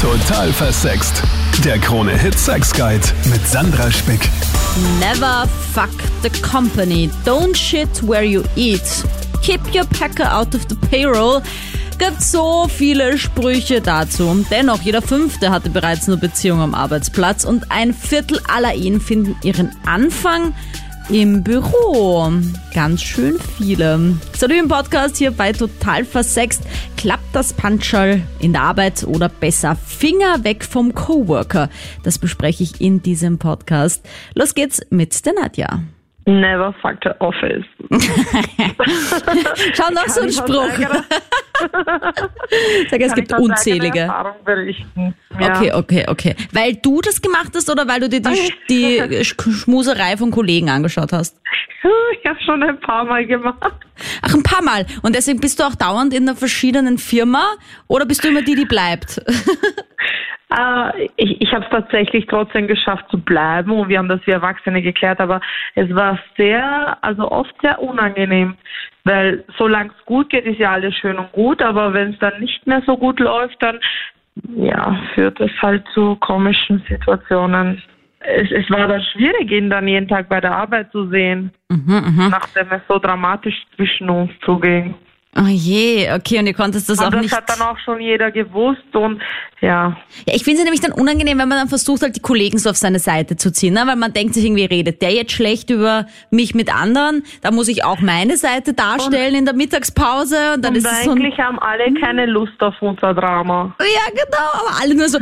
Total versext. Der Krone-Hit Sex Guide mit Sandra Spick. Never fuck the company. Don't shit where you eat. Keep your pecker out of the payroll. Gibt so viele Sprüche dazu. Und dennoch, jeder Fünfte hatte bereits eine Beziehung am Arbeitsplatz und 1/4 aller Ehen finden ihren Anfang im Büro. Ganz schön viele. Salut im Podcast hier bei Total versext. Klappt das Puncherl in der Arbeit oder besser Finger weg vom Coworker? Das bespreche ich in diesem Podcast. Los geht's mit der Nadja. Never fuck the office. Schau, noch so ein Spruch. Sag, es gibt unzählige. Erfahrung berichten. Ja. Okay. Weil du das gemacht hast oder weil du dir die Schmuserei von Kollegen angeschaut hast? Ich habe schon ein paar Mal gemacht. Ach, ein paar Mal. Und deswegen bist du auch dauernd in einer verschiedenen Firma oder bist du immer die bleibt? Ich habe es tatsächlich trotzdem geschafft zu bleiben und wir haben das wie Erwachsene geklärt, aber es war oft sehr unangenehm, weil solange es gut geht, ist ja alles schön und gut, aber wenn es dann nicht mehr so gut läuft, dann führt es halt zu komischen Situationen. Es war dann schwierig, ihn dann jeden Tag bei der Arbeit zu sehen, nachdem es so dramatisch zwischen uns zuging. Oh je, okay, und ihr konntest das auch nicht... Das hat dann auch schon jeder gewusst und ja. Ich finde es nämlich dann unangenehm, wenn man dann versucht, halt die Kollegen so auf seine Seite zu ziehen, ne? Weil man denkt sich irgendwie, redet der jetzt schlecht über mich mit anderen, da muss ich auch meine Seite darstellen in der Mittagspause und dann ist es so... Und eigentlich haben alle keine Lust auf unser Drama. Ja, genau, aber alle nur so,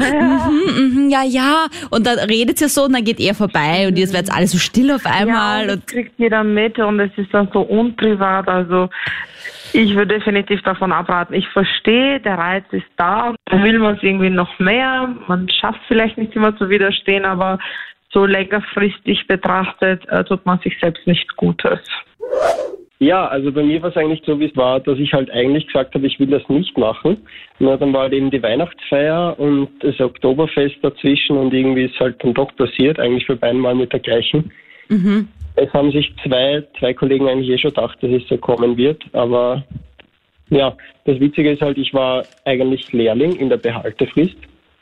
ja. Und dann redet ja so und dann geht er vorbei und jetzt wird alles so still auf einmal. Ja, und das kriegt jeder mit und es ist dann so unprivat, also... Ich würde definitiv davon abraten. Ich verstehe, der Reiz ist da. Dann will man es irgendwie noch mehr. Man schafft vielleicht nicht immer zu widerstehen, aber so längerfristig betrachtet tut man sich selbst nicht Gutes. Ja, also bei mir war es eigentlich so, wie es war, dass ich halt eigentlich gesagt habe, ich will das nicht machen. Na, dann war halt eben die Weihnachtsfeier und das Oktoberfest dazwischen und irgendwie ist halt dann doch passiert, eigentlich für beide Mal mit der gleichen. Es haben sich zwei Kollegen eigentlich schon gedacht, dass es so kommen wird, aber ja, das Witzige ist halt, ich war eigentlich Lehrling in der Behaltefrist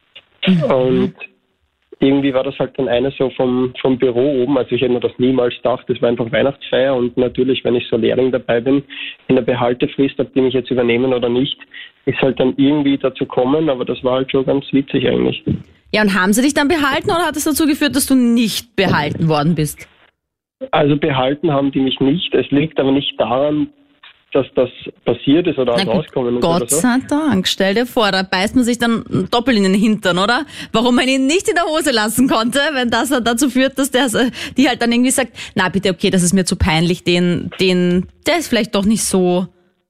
und irgendwie war das halt dann einer so vom Büro oben, also ich hätte mir das niemals gedacht, das war einfach Weihnachtsfeier und natürlich, wenn ich so Lehrling dabei bin, in der Behaltefrist, ob die mich jetzt übernehmen oder nicht, ist halt dann irgendwie dazu kommen, aber das war halt schon ganz witzig eigentlich. Ja, und haben sie dich dann behalten oder hat es dazu geführt, dass du nicht behalten worden bist? Also behalten haben die mich nicht. Es liegt aber nicht daran, dass das passiert ist oder rauskommen ist. Gott sei Dank. Stell dir vor, da beißt man sich dann doppelt in den Hintern, oder? Warum man ihn nicht in der Hose lassen konnte, wenn das dann dazu führt, dass die halt dann irgendwie sagt, na bitte, okay, das ist mir zu peinlich, der ist vielleicht doch nicht so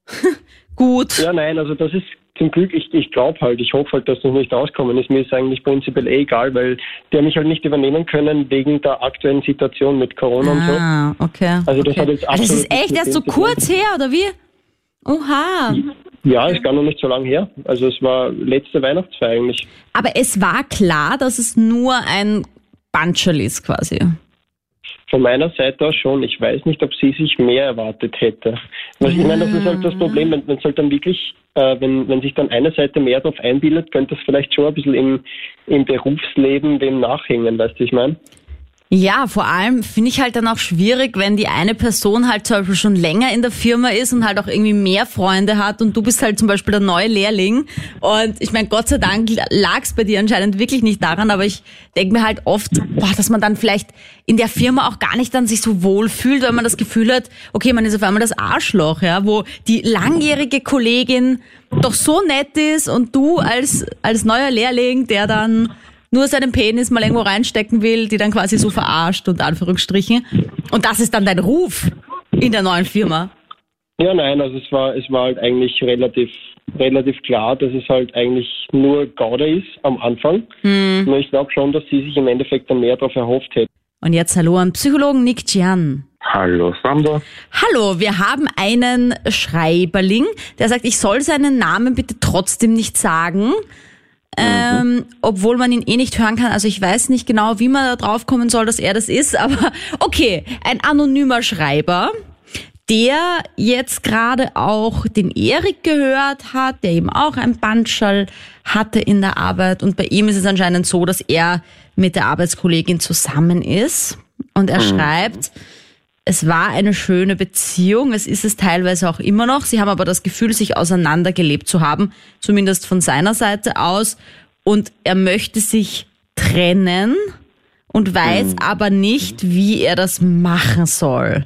gut. Ja, nein, also das ist zum Glück, ich glaube halt, ich hoffe halt, dass das nicht rauskommen ist. Mir ist eigentlich prinzipiell egal, weil die haben mich halt nicht übernehmen können wegen der aktuellen Situation mit Corona und so. Ah, okay. Also das hat jetzt das ist echt erst so kurz her, oder wie? Oha. Ja, ist gar noch nicht so lange her. Also es war letzte Weihnachtsfeier eigentlich. Aber es war klar, dass es nur ein Puncherl ist quasi. Von meiner Seite aus schon. Ich weiß nicht, ob sie sich mehr erwartet hätte. Ich meine, das ist halt das Problem, wenn es halt dann wirklich, wenn sich dann eine Seite mehr darauf einbildet, könnte es vielleicht schon ein bisschen im Berufsleben dem nachhängen, weißt du, ich meine? Ja, vor allem finde ich halt dann auch schwierig, wenn die eine Person halt zum Beispiel schon länger in der Firma ist und halt auch irgendwie mehr Freunde hat und du bist halt zum Beispiel der neue Lehrling. Und ich meine, Gott sei Dank lag es bei dir anscheinend wirklich nicht daran, aber ich denke mir halt oft, dass man dann vielleicht in der Firma auch gar nicht dann sich so wohl fühlt, weil man das Gefühl hat, okay, man ist auf einmal das Arschloch, ja, wo die langjährige Kollegin doch so nett ist und du als neuer Lehrling, der dann nur seinen Penis mal irgendwo reinstecken will, die dann quasi so verarscht, unter Anführungsstrichen. Und das ist dann dein Ruf in der neuen Firma. Ja, nein, also es war halt eigentlich relativ klar, dass es halt eigentlich nur Gauder ist am Anfang. Nur ich glaube schon, dass sie sich im Endeffekt dann mehr darauf erhofft hätte. Und jetzt hallo an Psychologen Nick Gian. Hallo Sandra. Hallo, wir haben einen Schreiberling, der sagt, ich soll seinen Namen bitte trotzdem nicht sagen. Obwohl man ihn eh nicht hören kann. Also ich weiß nicht genau, wie man da drauf kommen soll, dass er das ist, aber okay, ein anonymer Schreiber, der jetzt gerade auch den Erik gehört hat, der eben auch ein Bandschall hatte in der Arbeit. Und bei ihm ist es anscheinend so, dass er mit der Arbeitskollegin zusammen ist. Und er schreibt, es war eine schöne Beziehung, es ist es teilweise auch immer noch. Sie haben aber das Gefühl, sich auseinandergelebt zu haben, zumindest von seiner Seite aus. Und er möchte sich trennen und weiß aber nicht, wie er das machen soll.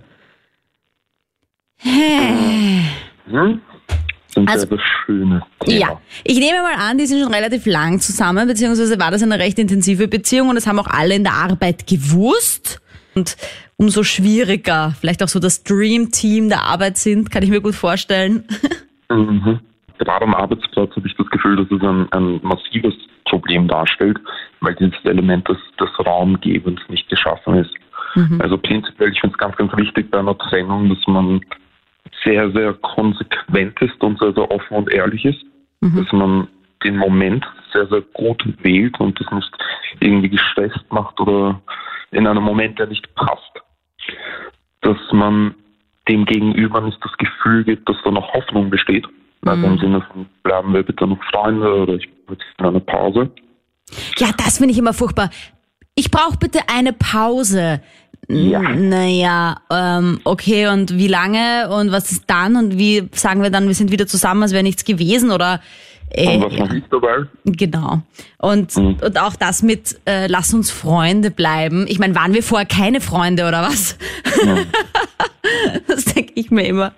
Also, das schöne Thema. Ja, ich nehme mal an, die sind schon relativ lang zusammen, beziehungsweise war das eine recht intensive Beziehung und das haben auch alle in der Arbeit gewusst. Und umso schwieriger vielleicht auch so das Dream-Team der Arbeit sind, kann ich mir gut vorstellen. Gerade am Arbeitsplatz habe ich das Gefühl, dass es ein massives Problem darstellt, weil dieses Element des Raumgebens nicht geschaffen ist. Also prinzipiell, ich finde es ganz, ganz wichtig bei einer Trennung, dass man sehr, sehr konsequent ist und sehr, sehr offen und ehrlich ist. Dass man den Moment sehr, sehr gut wählt und das nicht irgendwie gestresst macht oder in einem Moment, der nicht passt. Dass man dem Gegenüber nicht das Gefühl gibt, dass da noch Hoffnung besteht. Also im Sinne von, bleiben wir bitte noch Freunde oder ich brauche eine Pause. Ja, das finde ich immer furchtbar. Ich brauche bitte eine Pause. Ja. Naja, okay, und wie lange und was ist dann und wie sagen wir dann, wir sind wieder zusammen, als wäre nichts gewesen oder und was man nicht dabei? Genau. Und auch das mit lass uns Freunde bleiben. Ich meine, waren wir vorher keine Freunde oder was? Ja. Das denke ich mir immer.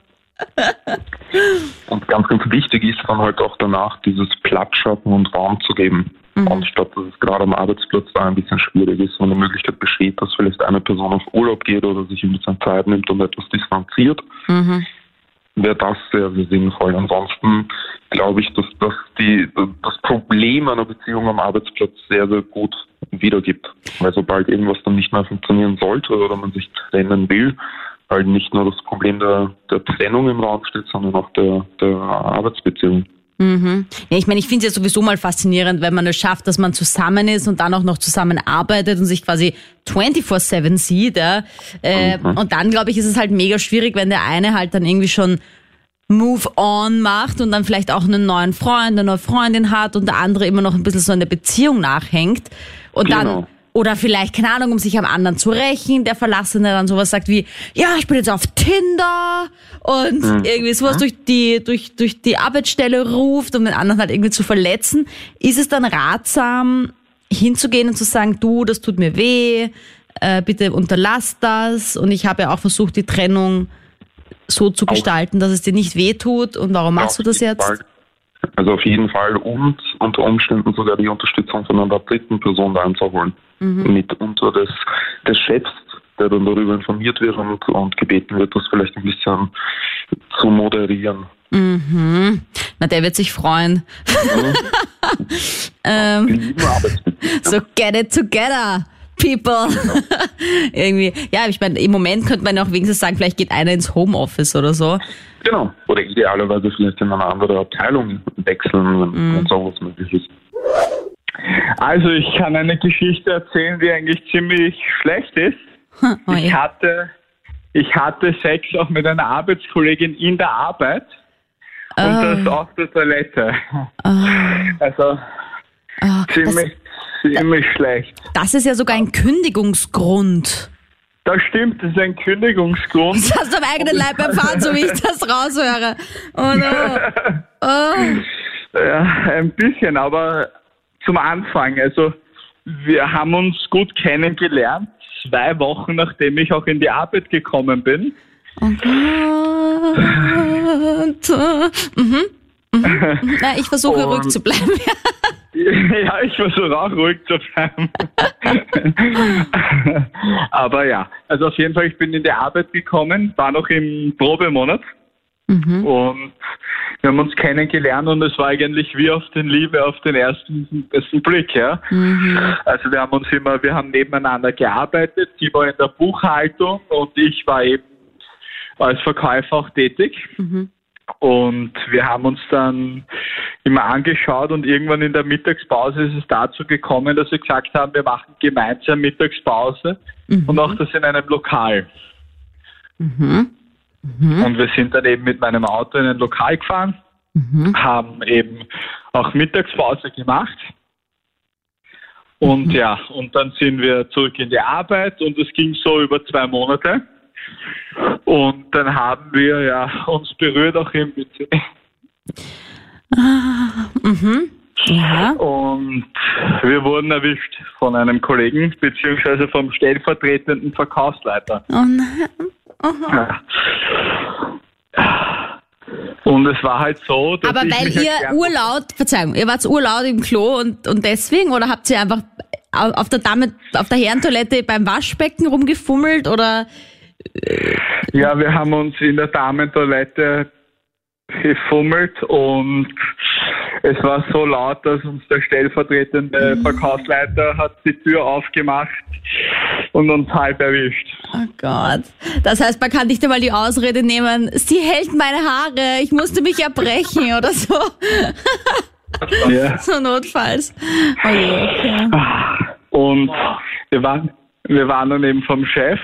Und ganz, ganz wichtig ist dann halt auch danach, dieses Platz schaffen und Raum zu geben. Anstatt dass es gerade am Arbeitsplatz da ein bisschen schwierig ist, wenn die Möglichkeit besteht, dass vielleicht eine Person auf Urlaub geht oder sich ein bisschen Zeit nimmt und etwas distanziert, wäre das sehr, sehr sinnvoll. Ansonsten glaube ich, dass das Problem einer Beziehung am Arbeitsplatz sehr, sehr gut wiedergibt. Weil sobald irgendwas dann nicht mehr funktionieren sollte oder man sich trennen will, halt nicht nur das Problem der Trennung im Raum steht, sondern auch der Arbeitsbeziehung. Ja, ich meine, ich finde es ja sowieso mal faszinierend, wenn man es schafft, dass man zusammen ist und dann auch noch zusammenarbeitet und sich quasi 24/7 sieht. Ja. Und dann, glaube ich, ist es halt mega schwierig, wenn der eine halt dann irgendwie schon Move on macht und dann vielleicht auch einen neuen Freund, eine neue Freundin hat und der andere immer noch ein bisschen so in der Beziehung nachhängt. Und dann oder vielleicht, keine Ahnung, um sich am anderen zu rächen, der Verlassene dann sowas sagt wie, ja, ich bin jetzt auf Tinder und irgendwie sowas durch die Arbeitsstelle ruft, um den anderen halt irgendwie zu verletzen. Ist es dann ratsam, hinzugehen und zu sagen, du, das tut mir weh, bitte unterlass das und ich habe ja auch versucht, die Trennung so zu gestalten, dass es dir nicht weh tut und warum machst du das jetzt? Fall. Also auf jeden Fall und unter Umständen sogar die Unterstützung von einer dritten Person da einzuholen. Mitunter des Chefs, der dann darüber informiert wird und gebeten wird, das vielleicht ein bisschen zu moderieren. Na, der wird sich freuen. So get it together, people. Irgendwie, ja, ich meine, im Moment könnte man auch wenigstens sagen, vielleicht geht einer ins Homeoffice oder so. Genau, oder idealerweise vielleicht in eine andere Abteilung wechseln, wenn sowas möglich ist. Also ich kann eine Geschichte erzählen, die eigentlich ziemlich schlecht ist. Ich hatte Sex auch mit einer Arbeitskollegin in der Arbeit und das auf der Toilette. Also ziemlich schlecht. Das ist ja sogar ein Kündigungsgrund. Das stimmt, das ist ein Kündigungsgrund. Das hast du am eigenen Leib erfahren, so wie ich das raushöre. Oh no. Ja, ein bisschen, aber zum Anfang. Also wir haben uns gut kennengelernt, 2 Wochen nachdem ich auch in die Arbeit gekommen bin. Oh Gott. Na, ich versuche ruhig zu bleiben. Ja, ich versuche auch ruhig zu bleiben. Aber ja, also auf jeden Fall, ich bin in die Arbeit gekommen, war noch im Probemonat und wir haben uns kennengelernt und es war eigentlich wie auf den Liebe auf den ersten Blick, ja. Also wir haben nebeneinander gearbeitet, sie war in der Buchhaltung und ich war eben als Verkäufer auch tätig. Und wir haben uns dann immer angeschaut und irgendwann in der Mittagspause ist es dazu gekommen, dass wir gesagt haben, wir machen gemeinsam Mittagspause und auch das in einem Lokal. Und wir sind dann eben mit meinem Auto in ein Lokal gefahren, haben eben auch Mittagspause gemacht. Und und dann sind wir zurück in die Arbeit und es ging so über 2 Monate. Und dann haben wir uns berührt auch im WC. Ja. Und wir wurden erwischt von einem Kollegen, beziehungsweise vom stellvertretenden Verkaufsleiter. Oh nein. Und es war halt so, dass Aber weil ihr wart urlaut im Klo und deswegen, oder habt ihr einfach auf der Herrentoilette beim Waschbecken rumgefummelt, oder? Ja, wir haben uns in der Damentoilette gefummelt und es war so laut, dass uns der stellvertretende Verkaufsleiter hat die Tür aufgemacht und uns halb erwischt. Oh Gott. Das heißt, man kann nicht einmal die Ausrede nehmen, sie hält meine Haare, ich musste mich erbrechen oder so. Ja. So notfalls. Oh je, okay. Und wir waren dann eben vom Chef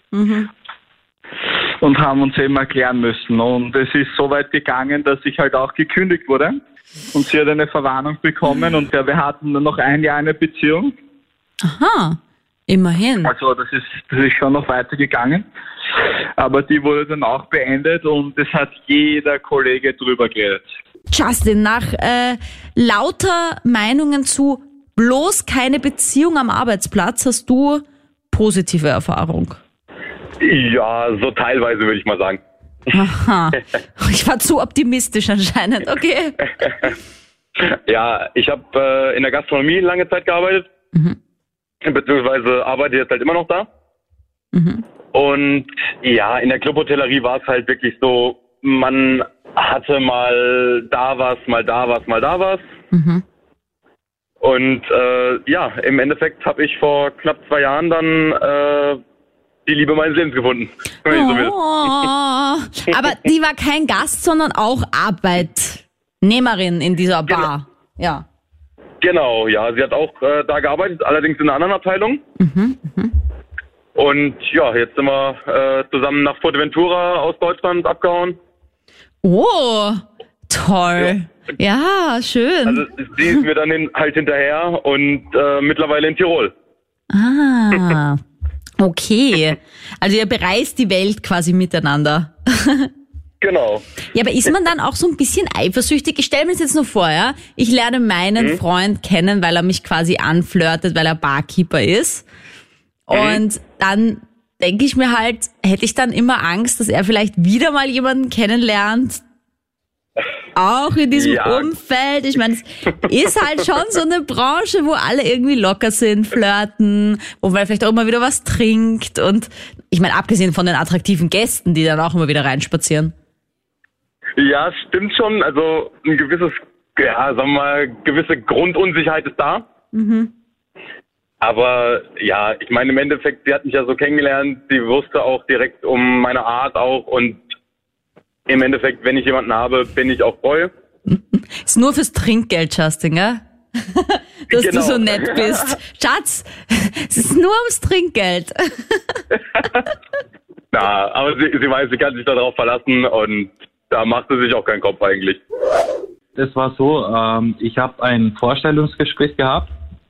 und haben uns eben erklären müssen. Und es ist so weit gegangen, dass ich halt auch gekündigt wurde. Und sie hat eine Verwarnung bekommen und wir hatten dann noch 1 Jahr eine Beziehung. Aha, immerhin. Also das ist schon noch weiter gegangen. Aber die wurde dann auch beendet und es hat jeder Kollege drüber geredet. Justin, nach lauter Meinungen zu bloß keine Beziehung am Arbeitsplatz hast du positive Erfahrung? Ja, so teilweise würde ich mal sagen. Aha. Ich war zu optimistisch anscheinend, okay. Ja, ich habe in der Gastronomie lange Zeit gearbeitet, beziehungsweise arbeite jetzt halt immer noch da. Und ja, in der Clubhotellerie war es halt wirklich so, man hatte mal da was, mal da was, mal da was. Und im Endeffekt habe ich vor knapp 2 Jahren dann die Liebe meines Lebens gefunden. Aber die war kein Gast, sondern auch Arbeitnehmerin in dieser Bar. Ja. Genau, ja. Sie hat auch da gearbeitet, allerdings in einer anderen Abteilung. Und ja, jetzt sind wir zusammen nach Fuerteventura aus Deutschland abgehauen. Oh, toll. Ja, schön. Also sie ist mir dann halt hinterher und mittlerweile in Tirol. Ah, okay. Also ihr bereist die Welt quasi miteinander. Genau. Ja, aber ist man dann auch so ein bisschen eifersüchtig? Ich stelle mir das jetzt nur vor, ja. Ich lerne meinen Freund kennen, weil er mich quasi anflirtet, weil er Barkeeper ist. Und dann denke ich mir halt, hätte ich dann immer Angst, dass er vielleicht wieder mal jemanden kennenlernt, auch in diesem Umfeld. Ich meine, es ist halt schon so eine Branche, wo alle irgendwie locker sind, flirten, wo man vielleicht auch immer wieder was trinkt. Und ich meine, abgesehen von den attraktiven Gästen, die dann auch immer wieder reinspazieren. Ja, stimmt schon. Also ein gewisses, sagen wir mal, gewisse Grundunsicherheit ist da. Aber ja, ich meine, im Endeffekt, sie hat mich ja so kennengelernt, sie wusste auch direkt um meine Art auch und im Endeffekt, wenn ich jemanden habe, bin ich auch treu. Ist nur fürs Trinkgeld, Justin, ja? Dass du so nett bist. Schatz, es ist nur ums Trinkgeld. Na, aber sie weiß, sie kann sich darauf verlassen und da macht sie sich auch keinen Kopf eigentlich. Das war so, ich habe ein Vorstellungsgespräch gehabt.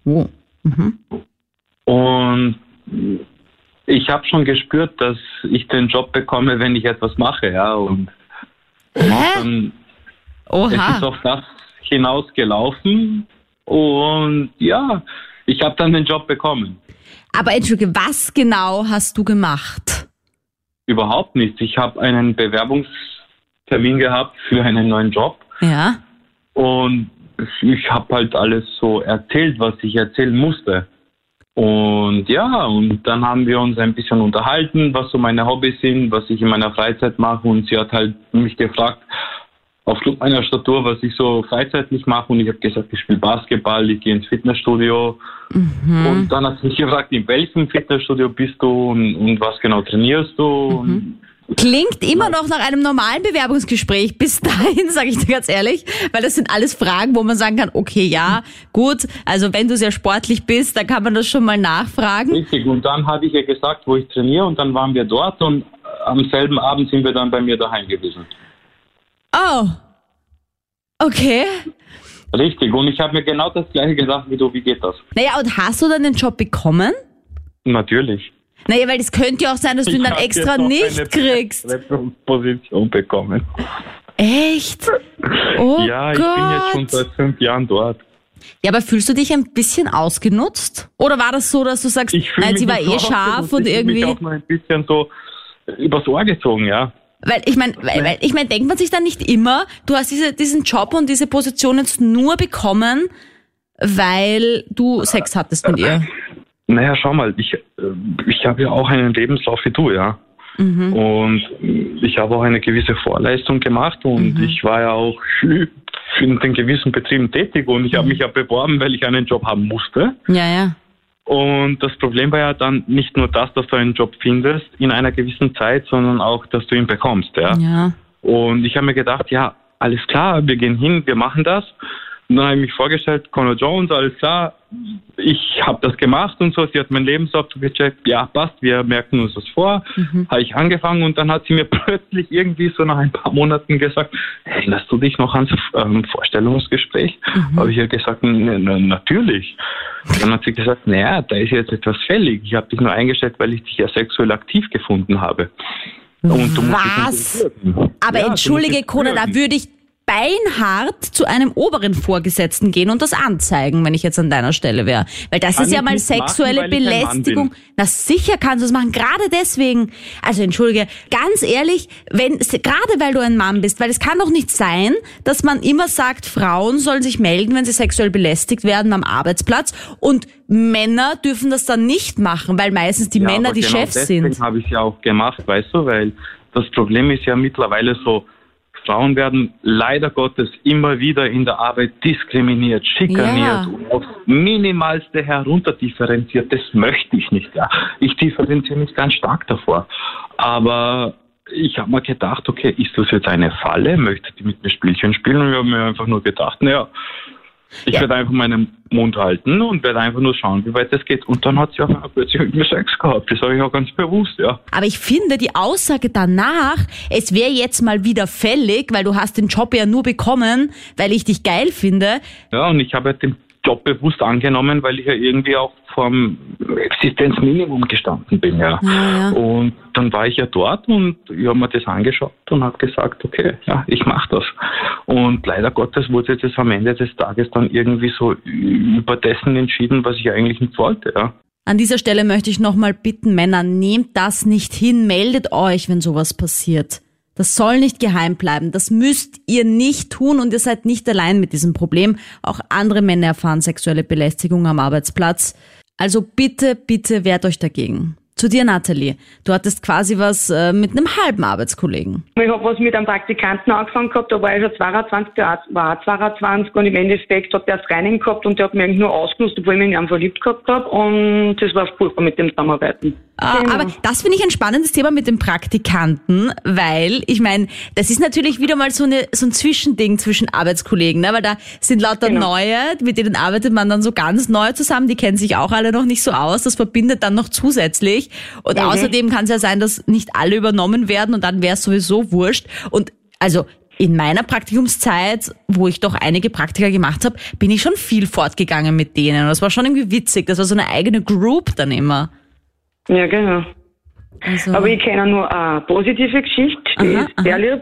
Und ich habe schon gespürt, dass ich den Job bekomme, wenn ich etwas mache, ja. Und dann es ist auf das hinausgelaufen und ja, ich habe dann den Job bekommen. Aber entschuldige, was genau hast du gemacht? Überhaupt nichts. Ich habe einen Bewerbungstermin gehabt für einen neuen Job. Ja. Und ich habe halt alles so erzählt, was ich erzählen musste. Und ja, und dann haben wir uns ein bisschen unterhalten, was so meine Hobbys sind, was ich in meiner Freizeit mache. Und sie hat halt mich gefragt, aufgrund meiner Statur, was ich so freizeitlich mache. Und ich habe gesagt, ich spiele Basketball, ich gehe ins Fitnessstudio. Und dann hat sie mich gefragt, in welchem Fitnessstudio bist du und was genau trainierst du? Klingt immer noch nach einem normalen Bewerbungsgespräch. Bis dahin, sage ich dir ganz ehrlich, weil das sind alles Fragen, wo man sagen kann, okay, ja, gut, also wenn du sehr sportlich bist, dann kann man das schon mal nachfragen. Richtig, und dann habe ich ihr gesagt, wo ich trainiere und dann waren wir dort und am selben Abend sind wir dann bei mir daheim gewesen. Oh, okay. Richtig, und ich habe mir genau das Gleiche gedacht wie du, wie geht das? Naja, und hast du dann den Job bekommen? Natürlich. Naja, weil es könnte ja auch sein, dass du ihn dann extra nicht kriegst. Position bekommen. Echt? Oh ja, ich Gott. bin jetzt schon seit 5 Jahren dort. Ja, aber fühlst du dich ein bisschen ausgenutzt? Oder war das so, dass du sagst, nein, sie war eh scharf und irgendwie... Ich fühle mich auch noch ein bisschen so übers Ohr gezogen, ja. Weil ich meine, denkt man sich dann nicht immer, du hast diesen Job und diese Position jetzt nur bekommen, weil du Sex hattest mit ihr? Naja, schau mal, ich habe ja auch einen Lebenslauf wie du, ja. Mhm. Und ich habe auch eine gewisse Vorleistung gemacht und ich war ja auch für den gewissen Betrieben tätig und ich habe mich ja beworben, weil ich einen Job haben musste. Ja, ja. Und das Problem war ja dann nicht nur das, dass du einen Job findest in einer gewissen Zeit, sondern auch, dass du ihn bekommst, ja. Ja. Und ich habe mir gedacht, ja, alles klar, wir gehen hin, wir machen das. Und dann habe ich mich vorgestellt, Connor Jones, alles klar, ich habe das gemacht und so, sie hat mein Lebenslauf gecheckt, ja, passt, wir merken uns das vor, habe ich angefangen und dann hat sie mir plötzlich irgendwie so nach ein paar Monaten gesagt, erinnerst du dich noch ans Vorstellungsgespräch? Habe ich ihr gesagt, natürlich. Dann hat sie gesagt, naja, da ist jetzt etwas fällig, ich habe dich nur eingestellt, weil ich dich ja sexuell aktiv gefunden habe. Und du was? Aber ja, entschuldige, Connor, da würde ich beinhart zu einem oberen Vorgesetzten gehen und das anzeigen, wenn ich jetzt an deiner Stelle wäre. Weil das ist ja mal sexuelle Belästigung. Na sicher kannst du es machen, gerade deswegen. Also entschuldige, ganz ehrlich, gerade weil du ein Mann bist, weil es kann doch nicht sein, dass man immer sagt, Frauen sollen sich melden, wenn sie sexuell belästigt werden am Arbeitsplatz und Männer dürfen das dann nicht machen, weil meistens die Männer die Chefs sind. Deswegen habe ich es ja auch gemacht, weißt du, weil das Problem ist ja mittlerweile so, Frauen werden leider Gottes immer wieder in der Arbeit diskriminiert, schikaniert und aufs Minimalste herunterdifferenziert. Das möchte ich nicht. Ja. Ich differenziere mich ganz stark davor. Aber ich habe mir gedacht, okay, ist das jetzt eine Falle? Möchte die mit mir Spielchen spielen? Und ich habe mir einfach nur gedacht, naja, ich werde einfach meinen Mund halten und werde einfach nur schauen, wie weit das geht. Und dann hat sie auch plötzlich mit mir Sex gehabt. Das habe ich auch ganz bewusst, ja. Aber ich finde, die Aussage danach, es wäre jetzt mal wieder fällig, weil du hast den Job ja nur bekommen, weil ich dich geil finde. Ja, und ich habe den Job bewusst angenommen, weil ich ja irgendwie auch vorm Existenzminimum gestanden bin, ja. Und dann war ich ja dort und ich habe mir das angeschaut und habe gesagt, okay, ja, ich mache das. Und leider Gottes wurde jetzt am Ende des Tages dann irgendwie so über dessen entschieden, was ich eigentlich nicht wollte, ja. An dieser Stelle möchte ich nochmal bitten, Männer, nehmt das nicht hin, meldet euch, wenn sowas passiert. Das soll nicht geheim bleiben. Das müsst ihr nicht tun und ihr seid nicht allein mit diesem Problem. Auch andere Männer erfahren sexuelle Belästigung am Arbeitsplatz. Also bitte, bitte wehrt euch dagegen. Zu dir, Nathalie. Du hattest quasi was mit einem halben Arbeitskollegen. Ich habe was mit einem Praktikanten angefangen gehabt, da war ich schon 22, der war 22 und im Endeffekt hat der das Training gehabt und der hat mich eigentlich nur ausgenutzt, obwohl ich mich in ihn verliebt gehabt habe und das war furchtbar mit dem Zusammenarbeiten. Genau. Aber das finde ich ein spannendes Thema mit dem Praktikanten, weil, ich meine, das ist natürlich wieder mal so ein Zwischending zwischen Arbeitskollegen, ne? Weil da sind lauter Neue, mit denen arbeitet man dann so ganz neu zusammen, die kennen sich auch alle noch nicht so aus, das verbindet dann noch zusätzlich und außerdem kann es ja sein, dass nicht alle übernommen werden und dann wäre es sowieso wurscht und also in meiner Praktikumszeit, wo ich doch einige Praktika gemacht habe, bin ich schon viel fortgegangen mit denen und das war schon irgendwie witzig, das war so eine eigene Group dann immer. Ja, genau. Also. Aber ich kenne nur eine positive Geschichte, die ist sehr lieb.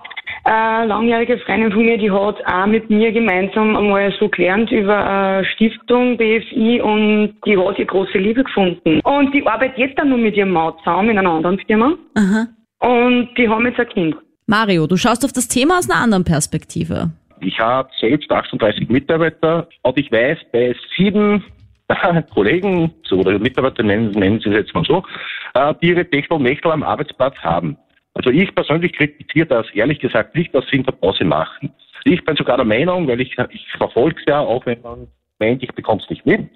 Eine langjährige Freundin von mir, die hat auch mit mir gemeinsam einmal so gelernt über eine Stiftung, BFI, und die hat ihre große Liebe gefunden. Und die arbeitet jetzt dann nur mit ihrem Mann zusammen in einer anderen Firma. Und die haben jetzt ein Kind. Mario, du schaust auf das Thema aus einer anderen Perspektive. Ich habe selbst 38 Mitarbeiter und ich weiß, bei 7 Kollegen oder Mitarbeiter, nennen sie es jetzt mal so, die ihre Techtelmechtel am Arbeitsplatz haben. Also ich persönlich kritisiere das ehrlich gesagt nicht, was sie in der Pause machen. Ich bin sogar der Meinung, weil ich verfolge es ja, auch wenn man meint, ich bekomme es nicht mit,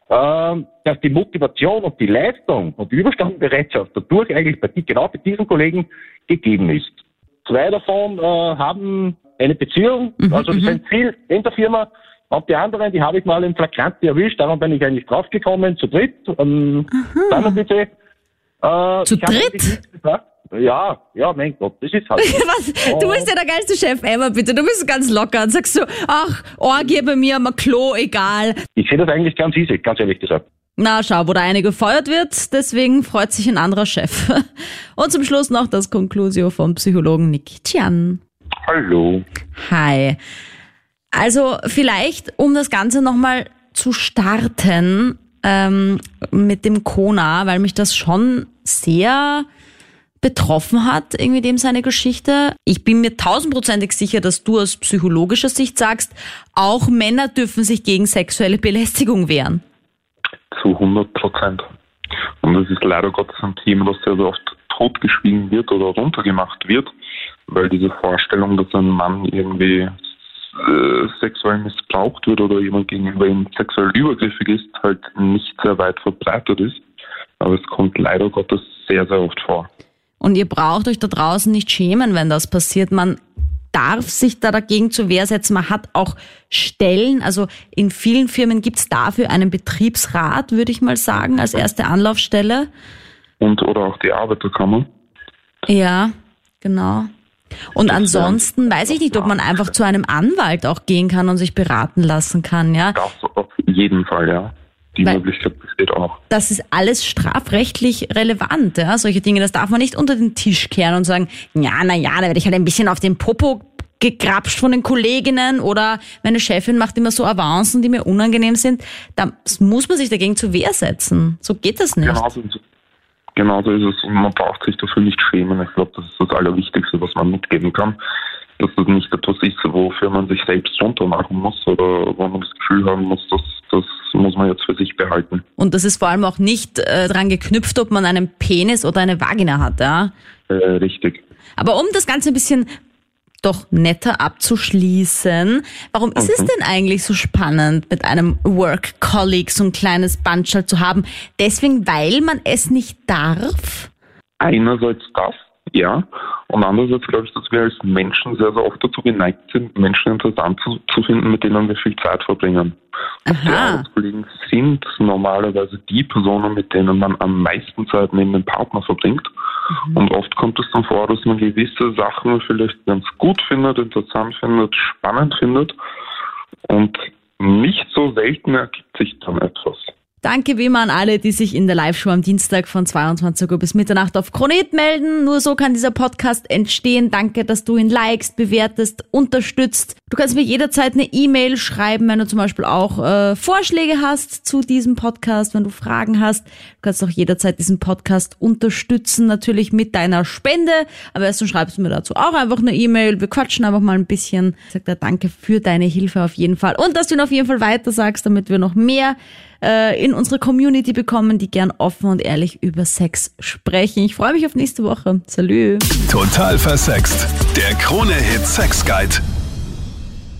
dass die Motivation und die Leistung und die Überstandsbereitschaft dadurch eigentlich genau bei diesen Kollegen gegeben ist. 2 davon haben eine Beziehung, also die sind viel in der Firma. Und die anderen, die habe ich mal im Flagranten erwischt, darum bin ich eigentlich draufgekommen, zu dritt. Dann bitte. Zu dritt? Ja, mein Gott, das ist halt. Was? Du bist ja der geilste Chef ever, bitte. Du bist ganz locker und sagst so, ach, Orgie bei mir am Klo, egal. Ich sehe das eigentlich ganz easy, ganz ehrlich gesagt. Na, schau, wo der eine gefeuert wird, deswegen freut sich ein anderer Chef. Und zum Schluss noch das Conclusio vom Psychologen Nick Tian. Hallo. Hi. Also vielleicht, um das Ganze nochmal zu starten mit dem Kona, weil mich das schon sehr betroffen hat, irgendwie dem seine Geschichte. Ich bin mir 1000%ig sicher, dass du aus psychologischer Sicht sagst, auch Männer dürfen sich gegen sexuelle Belästigung wehren. Zu 100%. Und das ist leider Gottes ein Thema, das sehr, sehr oft totgeschwiegen wird oder runtergemacht wird, weil diese Vorstellung, dass ein Mann irgendwie sexuell missbraucht wird oder jemand gegenüber ihm sexuell übergriffig ist, halt nicht sehr weit verbreitet ist. Aber es kommt leider Gottes sehr, sehr oft vor. Und ihr braucht euch da draußen nicht schämen, wenn das passiert. Man darf sich da dagegen zur Wehr setzen. Man hat auch Stellen, also in vielen Firmen gibt es dafür einen Betriebsrat, würde ich mal sagen, als erste Anlaufstelle. Oder auch die Arbeiterkammer. Ja, genau. Und ansonsten weiß ich nicht, ob man einfach zu einem Anwalt auch gehen kann und sich beraten lassen kann, ja? Das auf jeden Fall, ja. Die Möglichkeit besteht auch. Das ist alles strafrechtlich relevant, ja, solche Dinge. Das darf man nicht unter den Tisch kehren und sagen, ja, da werde ich halt ein bisschen auf den Popo gegrapscht von den Kolleginnen oder meine Chefin macht immer so Avancen, die mir unangenehm sind. Da muss man sich dagegen zur Wehr setzen. So geht das nicht. Genau so ist es. Und man braucht sich dafür nicht schämen. Ich glaube, das ist das Allerwichtigste, was man mitgeben kann. Dass das nicht etwas ist, wofür man sich selbst runtermachen muss oder wo man das Gefühl haben muss, das muss man jetzt für sich behalten. Und das ist vor allem auch nicht dran geknüpft, ob man einen Penis oder eine Vagina hat, ja? Richtig. Aber um das Ganze ein bisschen doch netter abzuschließen, warum ist es denn eigentlich so spannend, mit einem Work-Colleague so ein kleines Bandschall zu haben? Deswegen, weil man es nicht darf? Einerseits das, ja. Und andererseits glaube ich, dass wir als Menschen sehr, sehr oft dazu geneigt sind, Menschen interessant zu finden, mit denen wir viel Zeit verbringen. Die Arbeitskollegen sind normalerweise die Personen, mit denen man am meisten Zeit neben dem Partner verbringt. Und oft kommt es dann vor, dass man gewisse Sachen vielleicht ganz gut findet, interessant findet, spannend findet. Und nicht so selten ergibt sich dann etwas. Danke wie immer an alle, die sich in der Live-Show am Dienstag von 22 Uhr bis Mitternacht auf Krone melden. Nur so kann dieser Podcast entstehen. Danke, dass du ihn likest, bewertest, unterstützt. Du kannst mir jederzeit eine E-Mail schreiben, wenn du zum Beispiel auch Vorschläge hast zu diesem Podcast, wenn du Fragen hast. Du kannst auch jederzeit diesen Podcast unterstützen, natürlich mit deiner Spende. Am besten schreibst du mir dazu auch einfach eine E-Mail. Wir quatschen einfach mal ein bisschen. Ich sag dir danke für deine Hilfe auf jeden Fall. Und dass du ihn auf jeden Fall weiter sagst, damit wir noch mehr in unsere Community bekommen, die gern offen und ehrlich über Sex sprechen. Ich freue mich auf nächste Woche. Salü. Total versext. Der Krone-Hit Sex Guide.